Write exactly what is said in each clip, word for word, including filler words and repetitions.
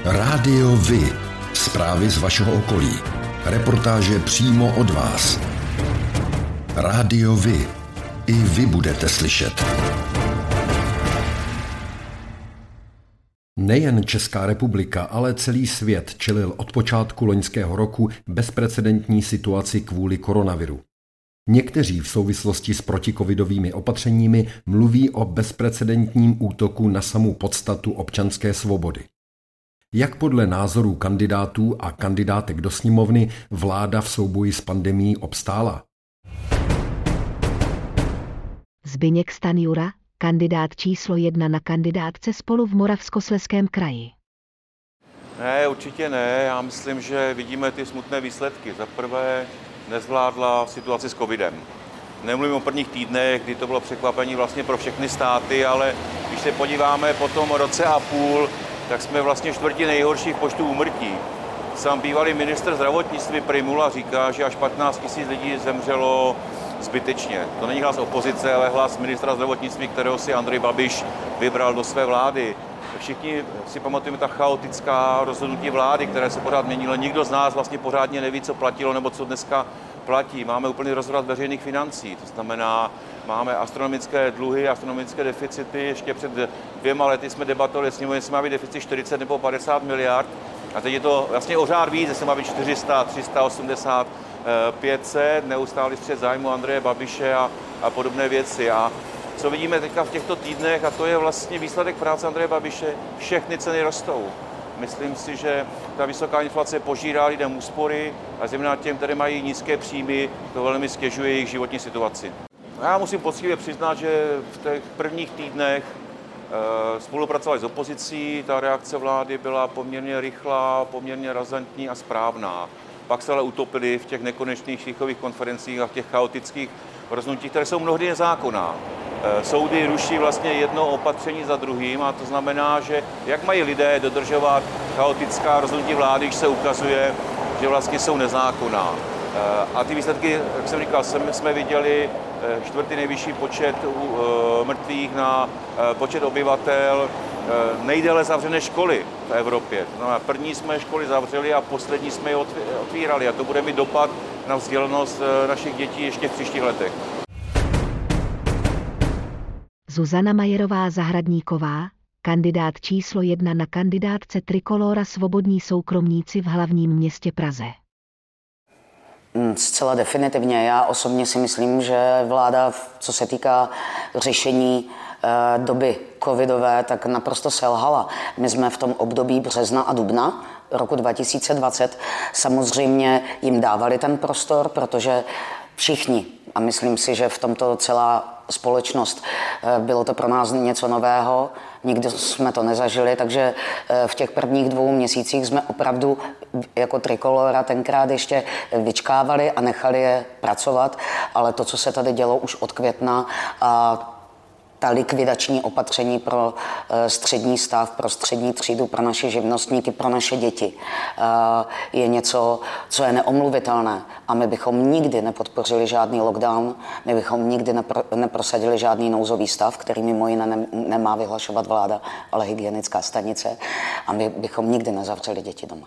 Rádio Vy. Zprávy z vašeho okolí. Reportáže přímo od vás. Rádio Vy. I vy budete slyšet. Nejen Česká republika, ale celý svět čelil od počátku loňského roku bezprecedentní situaci kvůli koronaviru. Někteří v souvislosti s protikovidovými opatřeními mluví o bezprecedentním útoku na samu podstatu občanské svobody. Jak podle názorů kandidátů a kandidátek do sněmovny vláda v souboji s pandemií obstála? Zbyněk Stanjura, kandidát číslo jedna na kandidátce Spolu v Moravskoslezském kraji. Ne, určitě ne. Já myslím, že vidíme ty smutné výsledky. Za prvé nezvládla situaci s covidem. Nemluvím o prvních týdnech, kdy to bylo překvapení vlastně pro všechny státy, ale když se podíváme po tom roce a půl, tak jsme vlastně čtvrtí nejhorší v počtu úmrtí. Sám bývalý ministr zdravotnictví Prymula říká, že až patnáct tisíc lidí zemřelo zbytečně. To není hlas opozice, ale hlas ministra zdravotnictví, kterého si Andrej Babiš vybral do své vlády. Všichni si pamatujeme ta chaotická rozhodnutí vlády, které se pořád měnilo. Nikdo z nás vlastně pořádně neví, co platilo nebo co dneska platí. Máme úplný rozvrat veřejných financí, to znamená, máme astronomické dluhy, astronomické deficity. Ještě před dvěma lety jsme debatovali s ním, jestli má být deficit čtyřicet nebo padesát miliard. A teď je to vlastně o řád víc, jestli má být čtyři sta, tři sta osmdesát, pět set, neustálý střet zájmu Andreje Babiše a, a podobné věci. A co vidíme teďka v těchto týdnech, a to je vlastně výsledek práce Andreje Babiše, všechny ceny rostou. Myslím si, že ta vysoká inflace požírá lidem úspory a zejména těm, které mají nízké příjmy, to velmi stěžuje jejich životní situaci. Já musím poctivě přiznat, že v těch prvních týdnech e, spolupracovali s opozicí, ta reakce vlády byla poměrně rychlá, poměrně razantní a správná. Pak se ale utopili v těch nekonečných šíchových konferencích a v těch chaotických rozhodnutích, které jsou mnohdy nezákonná. Soudy ruší vlastně jedno opatření za druhým a to znamená, že jak mají lidé dodržovat chaotická rozhodnutí vlády, když se ukazuje, že vlastně jsou nezákonná. A ty výsledky, jak jsem říkal, jsme viděli čtvrtý nejvyšší počet mrtvých na počet obyvatel, nejdéle zavřené školy v Evropě. No, první jsme školy zavřeli a poslední jsme je otvírali a to bude mít dopad na vzdělanost našich dětí ještě v příštích letech. Zuzana Majerová Zahradníková, kandidát číslo jedna na kandidátce Trikolóra Svobodní soukromníci v hlavním městě Praze. Zcela definitivně. Já osobně si myslím, že vláda, co se týká řešení eh, doby covidové, tak naprosto selhala. My jsme v tom období března a dubna roku dva tisíce dvacet samozřejmě jim dávali ten prostor, protože všichni, a myslím si, že v tomto celá společnost, bylo to pro nás něco nového, nikdy jsme to nezažili, takže v těch prvních dvou měsících jsme opravdu jako Trikolóra tenkrát ještě vyčkávali a nechali je pracovat, ale to, co se tady dělo už od května a ta likvidační opatření pro střední stav, pro střední třídu, pro naše živnostníky, pro naše děti je něco, co je neomluvitelné. A my bychom nikdy nepodpořili žádný lockdown, my bychom nikdy nepro, neprosadili žádný nouzový stav, který mimo jiné ne, nemá vyhlašovat vláda, ale hygienická stanice. A my bychom nikdy nezavřeli děti doma.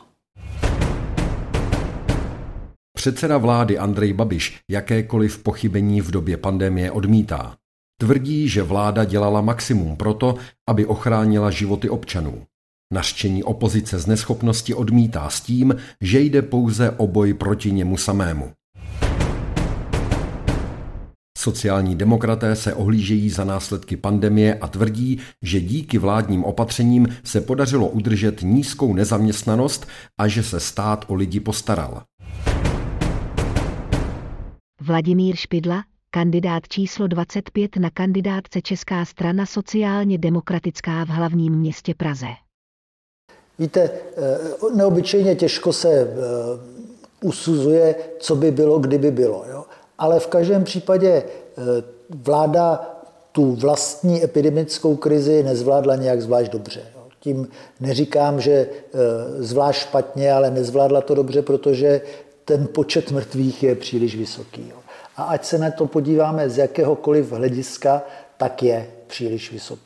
Předseda vlády Andrej Babiš jakékoliv pochybení v době pandemie odmítá. Tvrdí, že vláda dělala maximum proto, aby ochránila životy občanů. Nařčení opozice z neschopnosti odmítá s tím, že jde pouze o boj proti němu samému. Sociální demokraté se ohlížejí za následky pandemie a tvrdí, že díky vládním opatřením se podařilo udržet nízkou nezaměstnanost a že se stát o lidi postaral. Vladimír Špidla, kandidát číslo dvacet pět na kandidátce Česká strana sociálně demokratická v hlavním městě Praze. Víte, neobyčejně těžko se usuzuje, co by bylo, kdyby bylo. Jo? Ale v každém případě vláda tu vlastní epidemickou krizi nezvládla nějak zvlášť dobře. Jo? Tím neříkám, že zvlášť špatně, ale nezvládla to dobře, protože ten počet mrtvých je příliš vysoký. Jo? A ať se na to podíváme z jakéhokoliv hlediska, tak je příliš vysoký.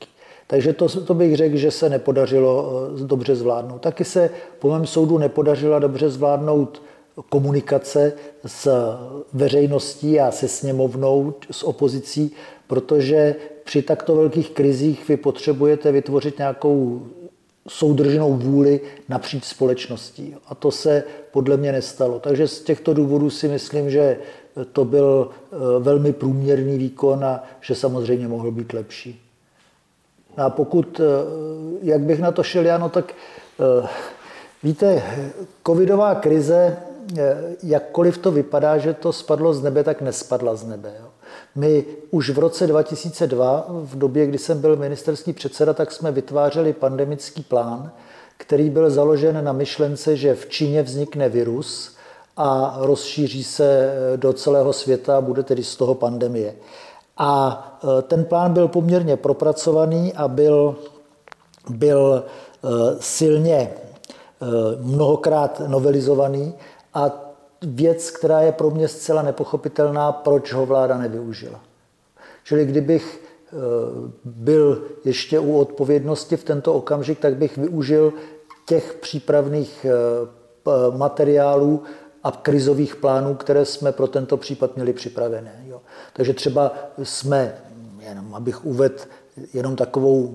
Takže to, to bych řekl, že se nepodařilo dobře zvládnout. Taky se po mém soudu nepodařila dobře zvládnout komunikace s veřejností a se sněmovnou, s opozicí, protože při takto velkých krizích vy potřebujete vytvořit nějakou soudržnou vůli napříč společností. A to se podle mě nestalo. Takže z těchto důvodů si myslím, že to byl velmi průměrný výkon a že samozřejmě mohl být lepší. A pokud, jak bych na to šel já, no tak víte, covidová krize, jakkoliv to vypadá, že to spadlo z nebe, tak nespadla z nebe. Jo. My už v roce dva tisíce dva, v době, kdy jsem byl ministerský předseda, tak jsme vytvářeli pandemický plán, který byl založen na myšlence, že v Číně vznikne virus a rozšíří se do celého světa a bude tedy z toho pandemie. A ten plán byl poměrně propracovaný a byl, byl silně mnohokrát novelizovaný a věc, která je pro mě zcela nepochopitelná, proč ho vláda nevyužila. Čili kdybych byl ještě u odpovědnosti v tento okamžik, tak bych využil těch přípravných materiálů a krizových plánů, které jsme pro tento případ měli připravené. Jo. Takže třeba jsme, jenom abych uvedl jenom takovou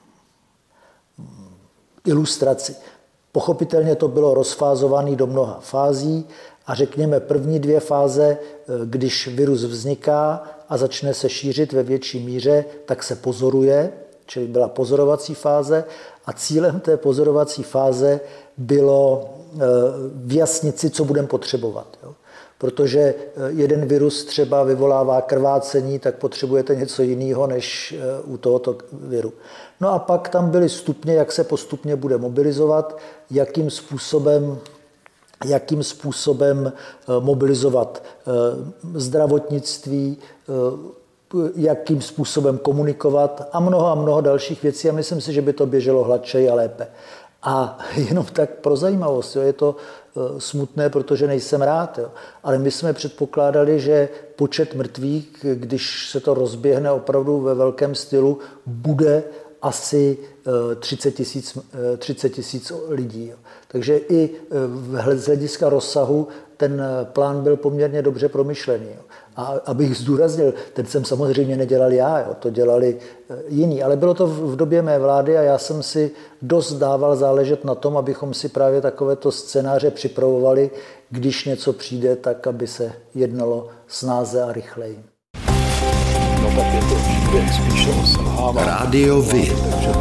ilustraci, pochopitelně to bylo rozfázované do mnoha fází a řekněme první dvě fáze, když virus vzniká a začne se šířit ve větší míře, tak se pozoruje, čili byla pozorovací fáze a cílem té pozorovací fáze bylo vyjasnit si, co budeme potřebovat. Jo. Protože jeden virus třeba vyvolává krvácení, tak potřebujete něco jiného než u tohoto viru. No a pak tam byly stupně, jak se postupně bude mobilizovat, jakým způsobem, jakým způsobem mobilizovat zdravotnictví, jakým způsobem komunikovat a mnoho a mnoho dalších věcí. A myslím si, že by to běželo hladčeji a lépe. A jenom tak pro zajímavost, jo, je to smutné, protože nejsem rád, jo, ale my jsme předpokládali, že počet mrtvých, když se to rozběhne opravdu ve velkém stylu, bude asi třicet tisíc lidí. Jo. Takže i z hlediska rozsahu ten plán byl poměrně dobře promyšlený. Jo. A abych zdůraznil, ten jsem samozřejmě nedělal já, jo, to dělali jiní, ale bylo to v době mé vlády a já jsem si dost dával záležet na tom, abychom si právě takovéto scénáře připravovali, když něco přijde, tak aby se jednalo snáze a rychleji. No tak je to spíš selhává. Rádio Vy.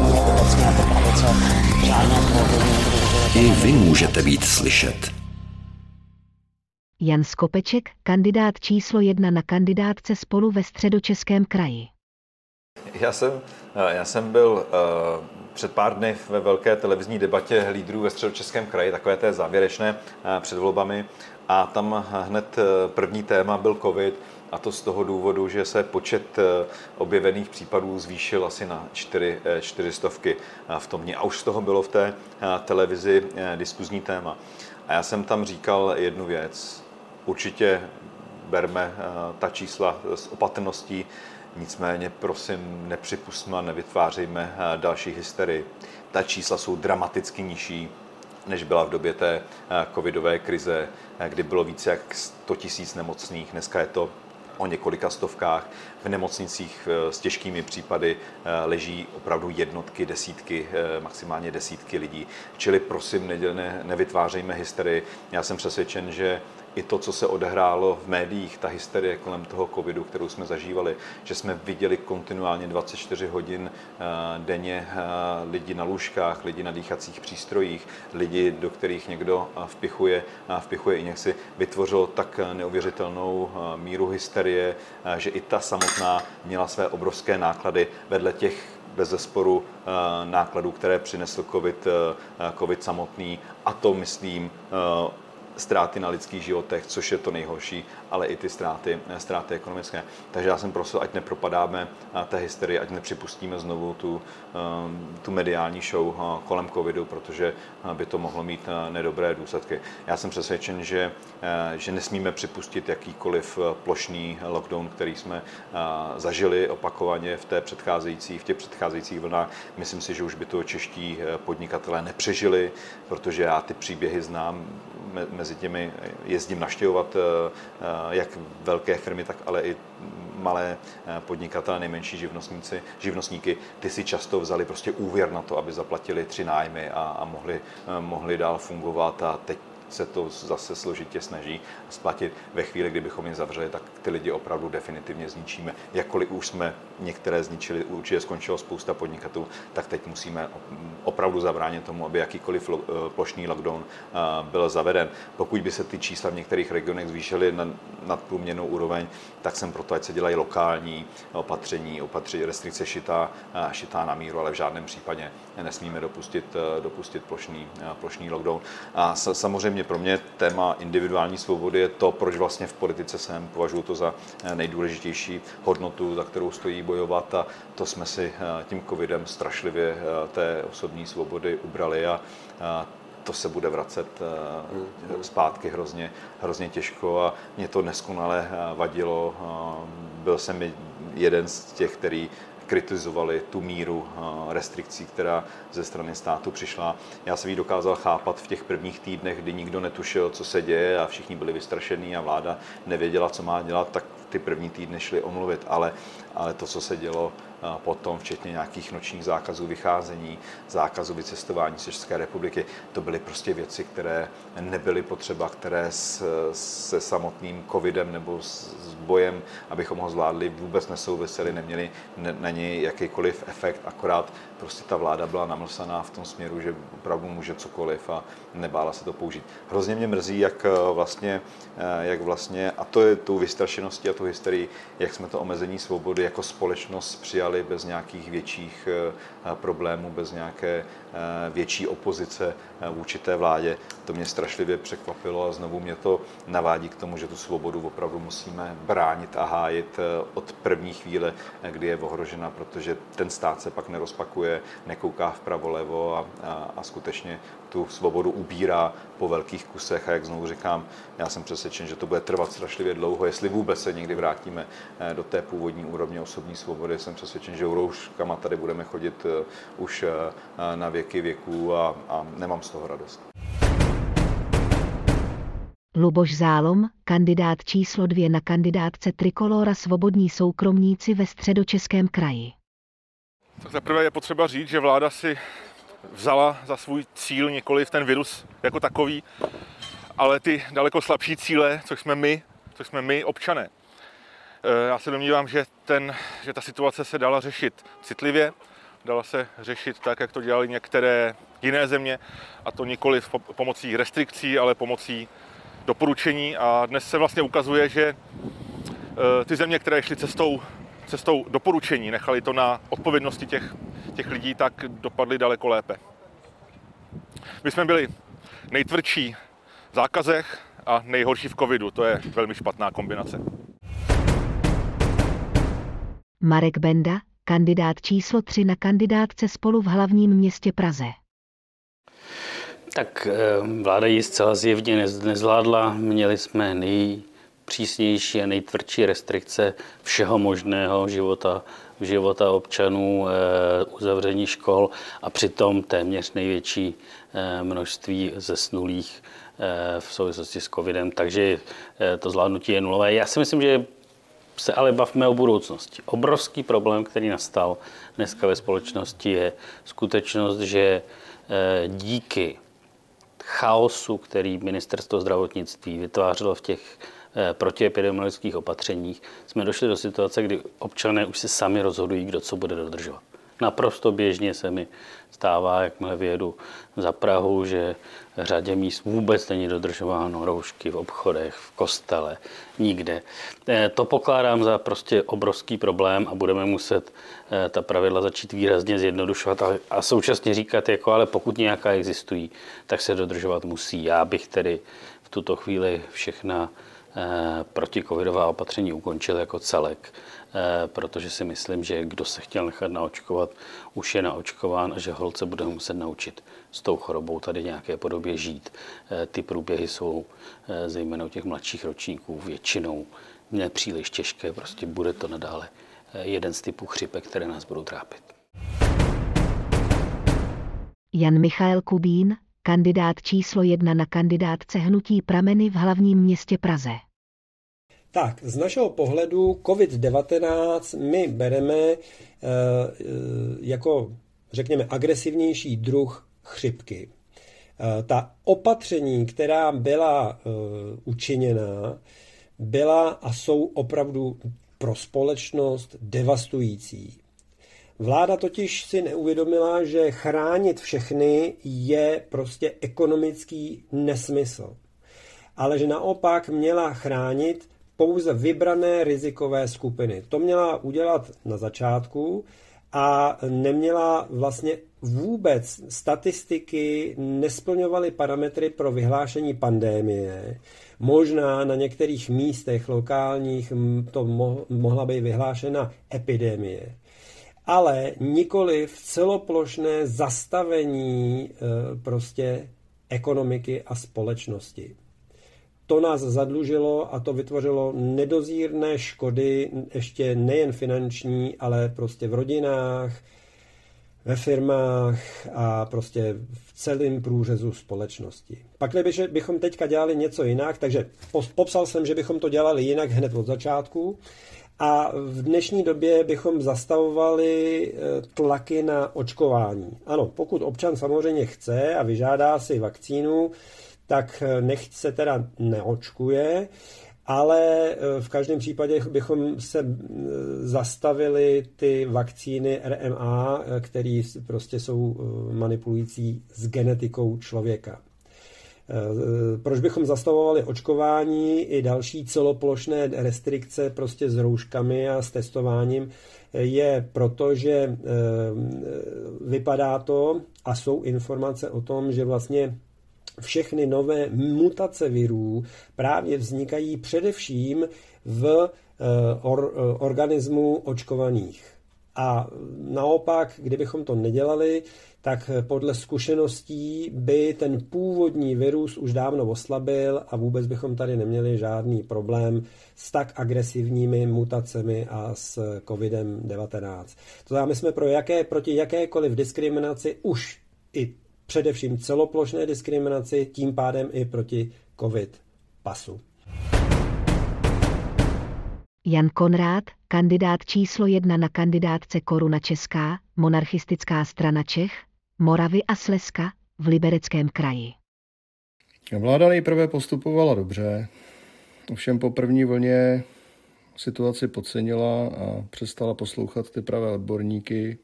I vy můžete být slyšet. Jan Skopeček, kandidát číslo jedna na kandidátce Spolu ve Středočeském kraji. Já jsem, já jsem byl uh, před pár dny ve velké televizní debatě lídrů ve Středočeském kraji, takové té závěrečné uh, před volbami, a tam hned první téma byl covid, a to z toho důvodu, že se počet objevených případů zvýšil asi na čtyři, čtyři stovky v tom dni. A už z toho bylo v té televizi diskuzní téma. A já jsem tam říkal jednu věc. Určitě berme ta čísla s opatrností, nicméně prosím nepřipustme a nevytvářejme další hysterii. Ta čísla jsou dramaticky nižší, než byla v době té covidové krize, kdy bylo více jak sto tisíc nemocných. Dneska je to o několika stovkách. V nemocnicích s těžkými případy leží opravdu jednotky, desítky, maximálně desítky lidí. Čili prosím, ne, nevytvářejme hysterii. Já jsem přesvědčen, že i to, co se odehrálo v médiích, ta hysterie kolem toho covidu, kterou jsme zažívali, že jsme viděli kontinuálně dvacet čtyři hodin denně lidi na lůžkách, lidi na dýchacích přístrojích, lidi, do kterých někdo vpichuje, vpichuje injekci, vytvořilo tak neuvěřitelnou míru hysterie, že i ta samotná měla své obrovské náklady vedle těch bezesporu nákladů, které přinesl COVID, COVID samotný, a to myslím ztráty na lidských životech, což je to nejhorší, ale i ty ztráty, ztráty ekonomické. Takže já jsem prosil, ať nepropadáme té hysterii, ať nepřipustíme znovu tu, tu mediální show kolem covidu, protože by to mohlo mít nedobré důsledky. Já jsem přesvědčen, že, že nesmíme připustit jakýkoliv plošný lockdown, který jsme zažili opakovaně v té předcházející, v těch předcházejících vlnách. Myslím si, že už by to čeští podnikatelé nepřežili, protože já ty příběhy znám, mezi těmi jezdím navštěvovat jak velké firmy, tak ale i malé podnikatele, nejmenší živnostníci, živnostníky, ty si často vzali prostě úvěr na to, aby zaplatili tři nájmy a, a mohli, mohli dál fungovat a teď se to zase složitě snaží splatit. Ve chvíli, kdybychom je zavřeli, tak ty lidi opravdu definitivně zničíme. Jakkoliv už jsme některé zničili, určitě skončilo spousta podnikatelů, tak teď musíme opravdu zabránit tomu, aby jakýkoliv plošný lockdown byl zaveden. Pokud by se ty čísla v některých regionech zvýšily na nadprůměrnou úroveň, tak jsem proto, ať se dělají lokální opatření, opatření restrikce šitá, šitá na míru, ale v žádném případě nesmíme dopustit, dopustit plošný, plošný lockdown. A samozřejmě pro mě téma individuální svobody je to, proč vlastně v politice jsem, považuji to za nejdůležitější hodnotu, za kterou stojí bojovat, a to jsme si tím covidem strašlivě té osobní svobody ubrali a to se bude vracet zpátky hrozně, hrozně těžko a mě to neskonale vadilo. Byl jsem jeden z těch, který kritizovali tu míru restrikcí, která ze strany státu přišla. Já jsem ji dokázal chápat v těch prvních týdnech, kdy nikdo netušil, co se děje a všichni byli vystrašení a vláda nevěděla, co má dělat, tak ty první týdny šly omluvit, ale, ale to, co se dělo potom, včetně nějakých nočních zákazů vycházení, zákazů vycestování z České republiky, to byly prostě věci, které nebyly potřeba, které s, se samotným covidem nebo s, s bojem, abychom ho zvládli, vůbec nesouvisely, neměli ne, na něj jakýkoliv efekt, akorát prostě ta vláda byla namlsaná v tom směru, že opravdu může cokoliv a nebála se to použít. Hrozně mě mrzí, jak vlastně, jak vlastně a to je tou vystrašeností a tou hysterii, jak jsme to omezení svobody jako společnost přijali bez nějakých větších problémů, bez nějaké větší opozice vůči té vládě. To mě strašlivě překvapilo a znovu mě to navádí k tomu, že tu svobodu opravdu musíme bránit a hájit od první chvíle, kdy je ohrožena, protože ten stát se pak nerozpakuje, nekouká vpravo levo a, a, a skutečně tu svobodu ubírá po velkých kusech a jak znovu říkám, já jsem přesvědčen, že to bude trvat strašlivě dlouho, jestli vůbec se někdy vrátíme do té původní úrovně osobní svobody, jsem přesvědčen, že rouškama tady budeme chodit už na věky věků a, a nemám z toho radost. Luboš Zálom, kandidát číslo dvě na kandidátce Trikolóra Svobodní soukromníci ve Středočeském kraji. Tak zaprvé je potřeba říct, že vláda si vzala za svůj cíl nikoliv ten virus jako takový, ale ty daleko slabší cíle, což jsme my, což jsme my občané. Já se domnívám, že, ten, že ta situace se dala řešit citlivě, dala se řešit tak, jak to dělali některé jiné země, a to nikoliv pomocí restrikcí, ale pomocí doporučení. A dnes se vlastně ukazuje, že ty země, které šly cestou, cestou doporučení, nechali to na odpovědnosti těch, těch lidí, tak dopadly daleko lépe. My jsme byli nejtvrdší v zákazech a nejhorší v covidu. To je velmi špatná kombinace. Marek Benda, kandidát číslo tři na kandidátce Spolu v hlavním městě Praze. Tak vláda ji zcela zjevně nezvládla. Měli jsme nejpřísnější a nejtvrdší restrikce všeho možného života, života občanů, uzavření škol a přitom téměř největší množství zesnulých v souvislosti s covidem. Takže to zvládnutí je nulové. Já si myslím, že se ale bavíme o budoucnosti. Obrovský problém, který nastal dneska ve společnosti, je skutečnost, že díky chaosu, který ministerstvo zdravotnictví vytvářelo v těch protiepidemiologických opatřeních, jsme došli do situace, kdy občané už se sami rozhodují, kdo co bude dodržovat. Naprosto běžně se mi stává, jakmile vyjedu za Prahu, že v řadě míst vůbec není dodržováno roušky v obchodech, v kostele, nikde. To pokládám za prostě obrovský problém a budeme muset ta pravidla začít výrazně zjednodušovat a současně říkat, jako ale pokud nějaká existují, tak se dodržovat musí. Já bych tedy v tuto chvíli všechna protikovidová opatření ukončil jako celek, protože si myslím, že kdo se chtěl nechat naočkovat, už je naočkován a že holt se bude muset naučit s tou chorobou tady nějaké podobě žít. Ty průběhy jsou zejména u těch mladších ročníků většinou nepříliš těžké, prostě bude to nadále jeden z typů chřipek, které nás budou trápit. Jan Michael Kubín, kandidát číslo jedna na kandidátce hnutí Prameny v hlavním městě Praze. Tak, z našeho pohledu covid devatenáct my bereme e, jako, řekněme, agresivnější druh chřipky. E, ta opatření, která byla e, učiněna, byla a jsou opravdu pro společnost devastující. Vláda totiž si neuvědomila, že chránit všechny je prostě ekonomický nesmysl. Ale že naopak měla chránit pouze vybrané rizikové skupiny. To měla udělat na začátku a neměla vlastně vůbec statistiky, nesplňovaly parametry pro vyhlášení pandémie. Možná na některých místech lokálních to mohla být vyhlášena epidemie. Ale nikoli v celoplošné zastavení prostě ekonomiky a společnosti. To nás zadlužilo a to vytvořilo nedozírné škody, ještě nejen finanční, ale prostě v rodinách, ve firmách a prostě v celém průřezu společnosti. Pak bychom teďka dělali něco jinak, takže popsal jsem, že bychom to dělali jinak hned od začátku. A v dnešní době bychom zastavovali tlaky na očkování. Ano, pokud občan samozřejmě chce a vyžádá si vakcínu, tak nechť se teda neočkuje, ale v každém případě bychom se zastavili ty vakcíny R M A, které prostě jsou manipulující s genetikou člověka. Proč bychom zastavovali očkování i další celoplošné restrikce prostě s rouškami a s testováním, je proto, že vypadá to a jsou informace o tom, že vlastně všechny nové mutace virů právě vznikají především v or, organismu očkovaných. A naopak, kdybychom to nedělali, tak podle zkušeností by ten původní virus už dávno oslabil a vůbec bychom tady neměli žádný problém s tak agresivními mutacemi a s covidem devatenáct. To znamená, my jsme pro jaké, proti jakékoliv diskriminaci už i především celoplošné diskriminaci, tím pádem i proti covid pasu. Jan Konrád, kandidát číslo jedna na kandidátce Koruna Česká, monarchistická strana Čech, Moravy a Slezska v Libereckém kraji. Vláda nejprve postupovala dobře, ovšem po první vlně situaci podcenila a přestala poslouchat ty pravé odborníky.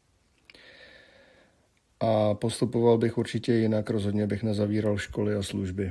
A postupoval bych určitě jinak, rozhodně bych nezavíral školy a služby.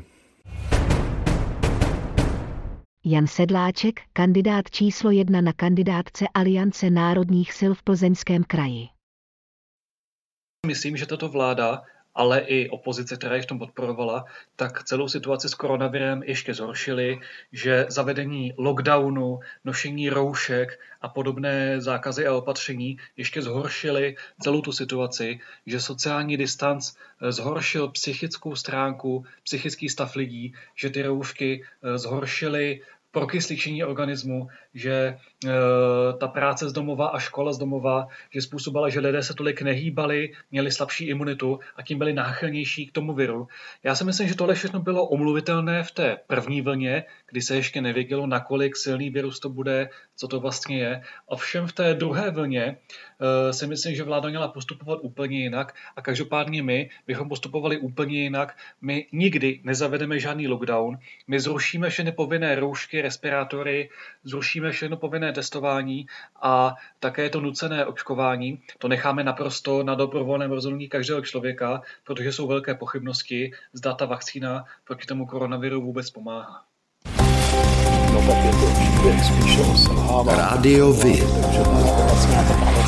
Jan Sedláček, kandidát číslo jedna na kandidátce Aliance národních sil v Plzeňském kraji. Myslím, že tato vláda, ale i opozice, která ji v tom podporovala, tak celou situaci s koronavirem ještě zhoršili, že zavedení lockdownu, nošení roušek a podobné zákazy a opatření ještě zhoršili celou tu situaci, že sociální distanc zhoršil psychickou stránku, psychický stav lidí, že ty roušky zhoršily prokysličení organismu, že e, ta práce z domova a škola z domova, že způsobila, že lidé se tolik nehýbali, měli slabší imunitu a tím byli náchylnější k tomu viru. Já si myslím, že tohle všechno bylo omluvitelné v té první vlně, kdy se ještě nevědělo, nakolik silný virus to bude, co to vlastně je. Ovšem v té druhé vlně e, si myslím, že vláda měla postupovat úplně jinak a každopádně my bychom postupovali úplně jinak. My nikdy nezavedeme žádný lockdown, my zrušíme všechny povinné roušky, respirátory, zrušíme všechno povinné testování a také to nucené očkování. To necháme naprosto na dobrovolném rozhodnutí každého člověka, protože jsou velké pochybnosti, zda ta vakcína proti tomu koronaviru vůbec pomáhá. No tak je to příběh spíš o selhávání. Rádio Vy.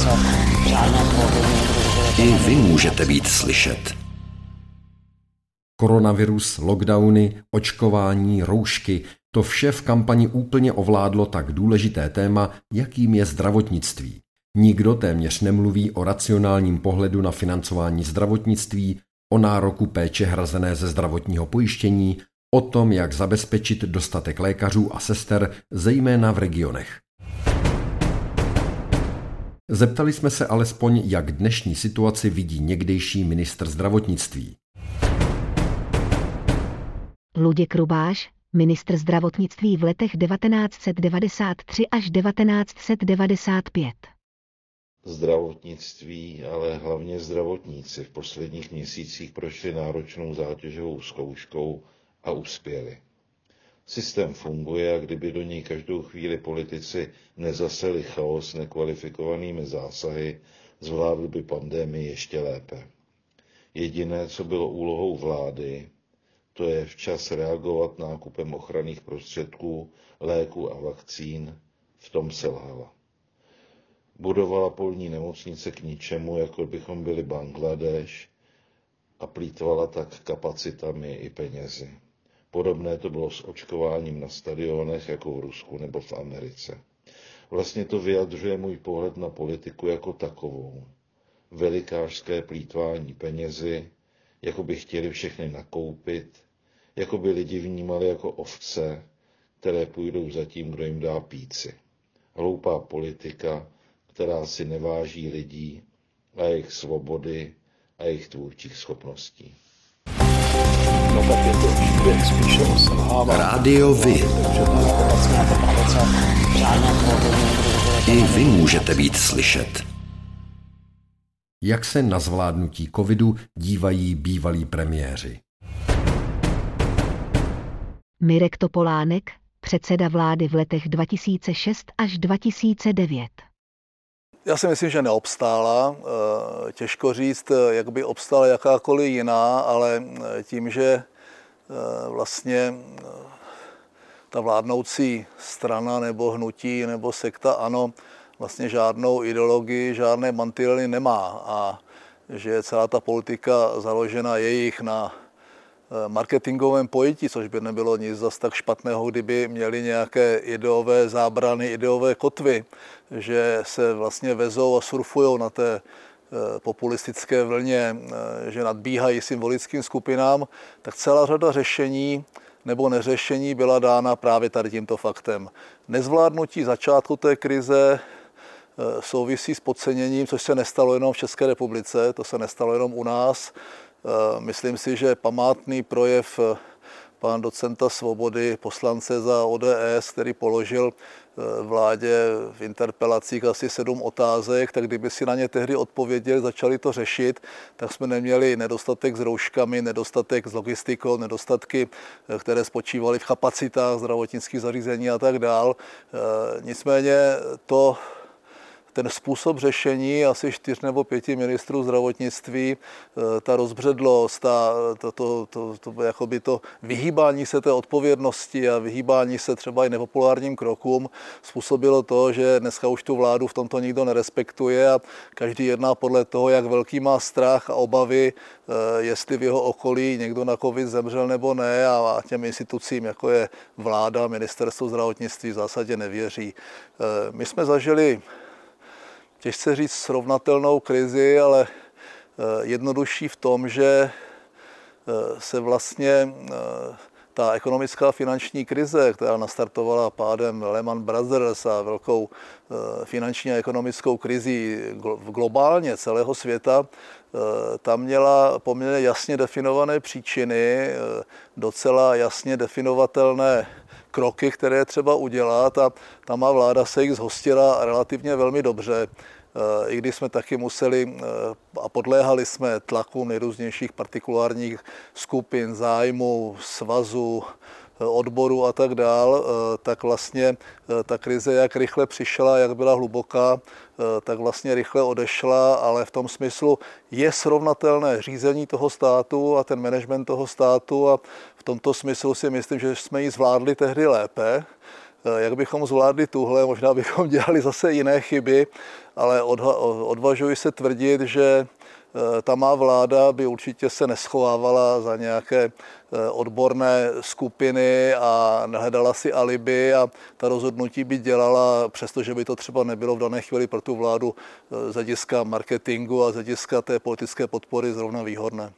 I vy můžete být slyšet. Koronavirus, lockdowny, očkování, roušky, to vše v kampani úplně ovládlo tak důležité téma, jakým je zdravotnictví. Nikdo téměř nemluví o racionálním pohledu na financování zdravotnictví, o nároku péče hrazené ze zdravotního pojištění, o tom, jak zabezpečit dostatek lékařů a sester, zejména v regionech. Zeptali jsme se alespoň, jak dnešní situaci vidí někdejší ministr zdravotnictví. Luděk Rubáš, ministr zdravotnictví v letech devatenáct set devadesát tři až devatenáct set devadesát pět. Zdravotnictví, ale hlavně zdravotníci v posledních měsících prošli náročnou zátěžovou zkouškou a uspěli. Systém funguje a kdyby do něj každou chvíli politici nezaseli chaos nekvalifikovanými zásahy, zvládli by pandemii ještě lépe. Jediné, co bylo úlohou vlády, to je včas reagovat nákupem ochranných prostředků, léků a vakcín, v tom selhala. Budovala polní nemocnice k ničemu, jako bychom byli Bangladeš, a plýtvala tak kapacitami i penězi. Podobné to bylo s očkováním na stadionech, jako v Rusku nebo v Americe. Vlastně to vyjadřuje můj pohled na politiku jako takovou. Velikářské plýtvání penězi, jako by chtěli všechny nakoupit, jako by lidi vnímali jako ovce, které půjdou za tím, kdo jim dá píci. Hloupá politika, která si neváží lidí a jejich svobody a jejich tvůrčích schopností. No tak je to příběh spíše o selhávání. Rádio Vy. I vy můžete být slyšet. Jak se na zvládnutí covidu dívají bývalí premiéři? Mirek Topolánek, předseda vlády v letech dva tisíce šest až dva tisíce devět. Já si myslím, že neobstála. Těžko říct, jak by obstála jakákoliv jiná, ale tím, že vlastně ta vládnoucí strana nebo hnutí nebo sekta ANO vlastně žádnou ideologii, žádné mantinely nemá a že je celá ta politika založena jejich na marketingovém pojetí, což by nebylo nic zas tak špatného, kdyby měli nějaké ideové zábrany, ideové kotvy, že se vlastně vezou a surfujou na té populistické vlně, že nadbíhají symbolickým skupinám, tak celá řada řešení nebo neřešení byla dána právě tady tímto faktem. Nezvládnutí začátku té krize souvisí s podceněním, což se nestalo jenom v České republice, to se nestalo jenom u nás. Myslím si, že památný projev pana docenta Svobody, poslance za O D S, který položil vládě v interpelacích asi sedm otázek, tak kdyby si na ně tehdy odpověděli, začali to řešit, tak jsme neměli nedostatek s rouškami, nedostatek s logistikou, nedostatky, které spočívaly v kapacitách zdravotnických zařízení a tak dál. Nicméně to ten způsob řešení asi čtyř nebo pěti ministrů zdravotnictví, ta rozbředlost, ta, to, to, to, to, jakoby to vyhýbání se té odpovědnosti a vyhýbání se třeba i nepopulárním krokům způsobilo to, že dneska už tu vládu v tomto nikdo nerespektuje a každý jedná podle toho, jak velký má strach a obavy, jestli v jeho okolí někdo na covid zemřel nebo ne, a těm institucím, jako je vláda, ministerstvo zdravotnictví, v zásadě nevěří. My jsme zažili těžce říct srovnatelnou krizi, ale jednodušší v tom, že se vlastně ta ekonomická finanční krize, která nastartovala pádem Lehman Brothers a velkou finanční a ekonomickou krizi globálně celého světa, tam měla poměrně jasně definované příčiny, docela jasně definovatelné kroky, které třeba udělat, a ta má vláda se jich zhostila relativně velmi dobře. I když jsme taky museli a podléhali jsme tlaku nejrůznějších partikulárních skupin, zájmů, svazů, odborů a tak dál, tak vlastně ta krize, jak rychle přišla, jak byla hluboká, tak vlastně rychle odešla, ale v tom smyslu je srovnatelné řízení toho státu a ten management toho státu, a v tomto smyslu si myslím, že jsme ji zvládli tehdy lépe. Jak bychom zvládli tuhle, možná bychom dělali zase jiné chyby, ale odvažuji se tvrdit, že ta má vláda by určitě se neschovávala za nějaké odborné skupiny a nehledala si alibi a ta rozhodnutí by dělala, přestože by to třeba nebylo v dané chvíli pro tu vládu z hlediska marketingu a z hlediska té politické podpory zrovna výhodné.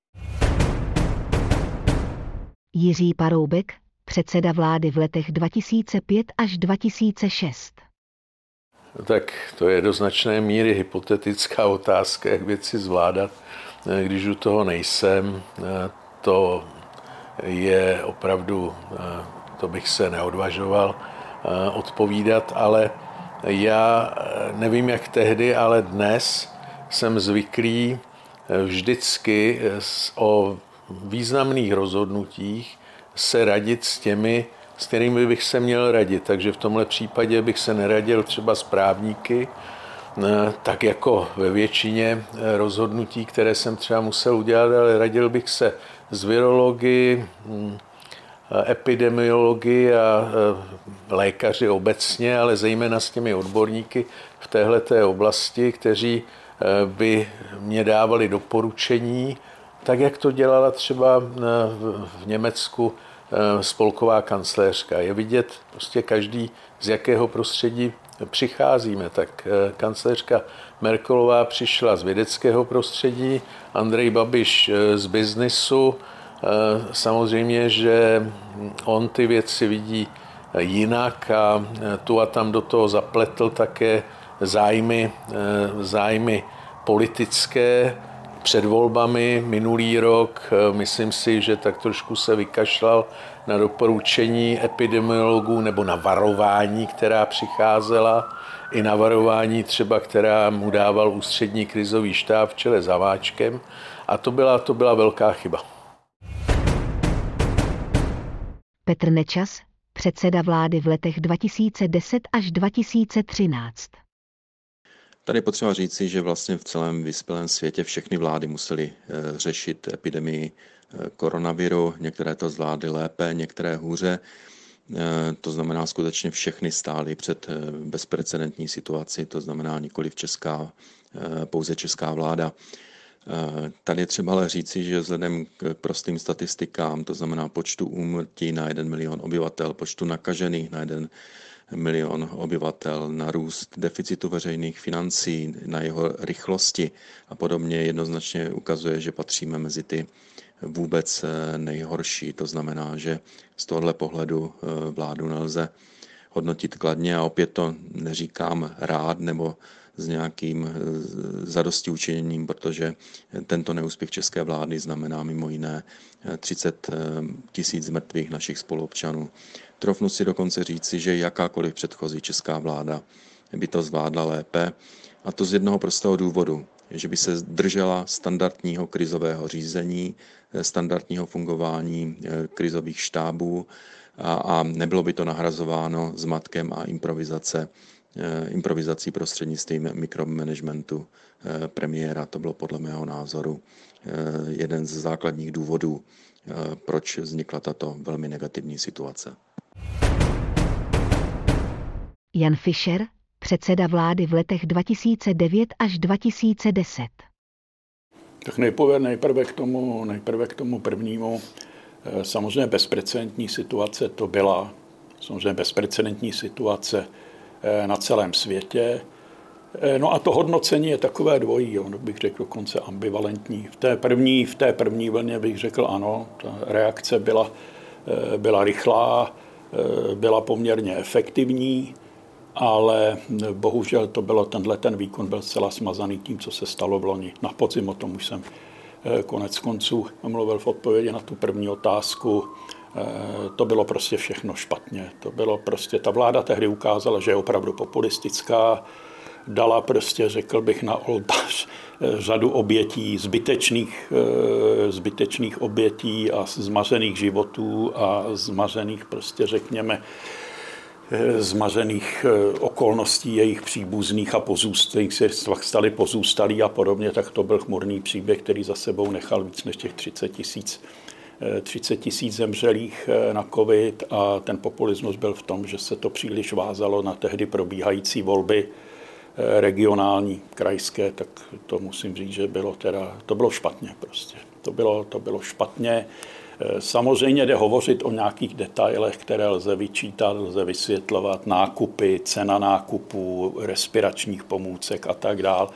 Jiří Paroubek, předseda vlády v letech dva tisíce pět až dva tisíce šest. Tak to je do značné míry hypotetická otázka, jak věci zvládat, když u toho nejsem. To je opravdu, to bych se neodvažoval odpovídat, ale já nevím, jak tehdy, ale dnes jsem zvyklý vždycky o významných rozhodnutích se radit s těmi, s kterými bych se měl radit. Takže v tomhle případě bych se neradil třeba s právníky, tak jako ve většině rozhodnutí, které jsem třeba musel udělat, ale radil bych se s virology, epidemiology a lékaři obecně, ale zejména s těmi odborníky v téhleté oblasti, kteří by mě dávali doporučení, tak jak to dělala třeba v Německu spolková kancléřka. Je vidět prostě každý, z jakého prostředí přicházíme. Tak kancléřka Merkelová přišla z vědeckého prostředí, Andrej Babiš z biznisu. Samozřejmě, že on ty věci vidí jinak a tu a tam do toho zapletl také zájmy, zájmy politické. Před volbami minulý rok, myslím si, že tak trošku se vykašlal na doporučení epidemiologů nebo na varování, která přicházela, i na varování třeba, která mu dával ústřední krizový štáb v čele s Hamáčkem. A to byla, to byla velká chyba. Petr Nečas, předseda vlády v letech dva tisíce deset až dva tisíce třináct. Tady je potřeba říci, že vlastně v celém vyspělém světě všechny vlády musely řešit epidemii koronaviru. Některé to zvládly lépe, některé hůře. To znamená, skutečně všechny stály před bezprecedentní situaci, to znamená nikoliv česká, pouze česká vláda. Tady je třeba ale říci, že vzhledem k prostým statistikám, to znamená počtu úmrtí na jeden milion obyvatel, počtu nakažených na jeden milion obyvatel, na růst deficitu veřejných financí, na jeho rychlosti a podobně jednoznačně ukazuje, že patříme mezi ty vůbec nejhorší. To znamená, že z tohohle pohledu vládu nelze hodnotit kladně a opět to neříkám rád nebo s nějakým zadostiučiněním, protože tento neúspěch české vlády znamená mimo jiné třicet tisíc mrtvých našich spoluobčanů. Trofnu si dokonce říci, že jakákoliv předchozí česká vláda by to zvládla lépe, a to z jednoho prostého důvodu, že by se držela standardního krizového řízení, standardního fungování krizových štábů a, a nebylo by to nahrazováno zmatkem a improvizace, improvizací prostřednictvím mikromanagementu premiéra. To bylo podle mého názoru jeden z základních důvodů, proč vznikla tato velmi negativní situace. Jan Fischer, předseda vlády v letech dva tisíce devět až dva tisíce deset. Tak nejprve, nejprve, k tomu, nejprve k tomu prvnímu. Samozřejmě bezprecedentní situace to byla. Samozřejmě bezprecedentní situace na celém světě. No a to hodnocení je takové dvojí, ono bych řekl dokonce ambivalentní. V té první, v té první vlně bych řekl ano, ta reakce byla, byla rychlá, byla poměrně efektivní, ale bohužel to bylo, tenhle ten výkon byl zcela smazaný tím, co se stalo v loni. Na podzim o tom už jsem konec konců mluvil v odpovědi na tu první otázku. To bylo prostě všechno špatně. To bylo prostě, ta vláda tehdy ukázala, že je opravdu populistická, dala prostě, řekl bych, na oltář řadu obětí, zbytečných, zbytečných obětí a zmařených životů a zmařených prostě, řekněme, zmařených okolností jejich příbuzných a pozůstalých se stali pozůstalí a podobně, tak to byl chmurný příběh, který za sebou nechal víc než těch třicet tisíc třicet tisíc zemřelých na covid a ten populismus byl v tom, že se to příliš vázalo na tehdy probíhající volby regionální, krajské, tak to musím říct, že bylo teda, to bylo špatně prostě. To bylo, to bylo špatně. Samozřejmě jde hovořit o nějakých detailech, které lze vyčítat, lze vysvětlovat, nákupy, cena nákupů, respiračních pomůcek a tak dál.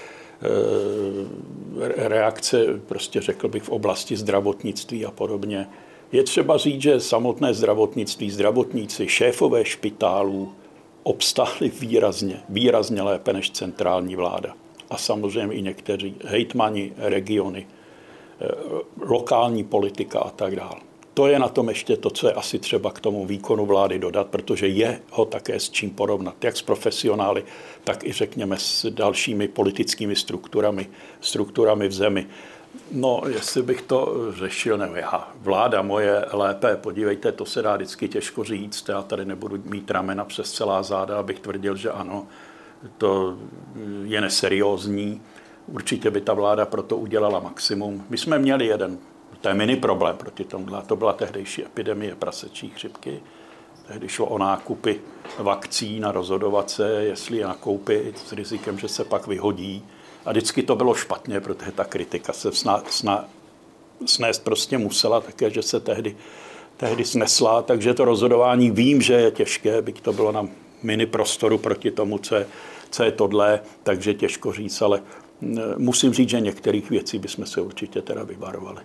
Reakce, prostě řekl bych, v oblasti zdravotnictví a podobně. Je třeba říct, že samotné zdravotnictví, zdravotníci, šéfové špitálů obstáli výrazně, výrazně lépe než centrální vláda. A samozřejmě i někteří hejtmani, regiony, lokální politika a tak dále. To je na tom ještě to, co je asi třeba k tomu výkonu vlády dodat, protože je ho také s čím porovnat, jak s profesionály, tak i řekněme s dalšími politickými strukturami, strukturami v zemi. No, jestli bych to řešil, nevím, já, vláda moje lépe, podívejte, to se dá vždycky těžko říct, já tady nebudu mít ramena přes celá záda, abych tvrdil, že ano, to je neseriózní. Určitě by ta vláda proto udělala maximum. My jsme měli jeden, to je mini problém proti tomuhle, to byla tehdejší epidemie prasečí chřipky. Tehdy šlo o nákupy vakcín a rozhodovat se, jestli je nakoupit s rizikem, že se pak vyhodí. A vždycky to bylo špatně, protože ta kritika se sna, sna, snést prostě musela také, že se tehdy, tehdy snesla. Takže to rozhodování vím, že je těžké, byť to bylo na mini prostoru proti tomu, co je, co je tohle, takže těžko říct, ale musím říct, že některých věcí bychom se určitě teda vyvarovali.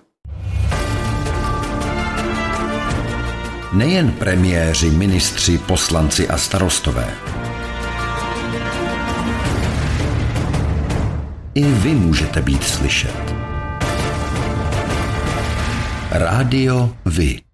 Nejen premiéři, ministři, poslanci a starostové. I vy můžete být slyšet. Rádio Vy.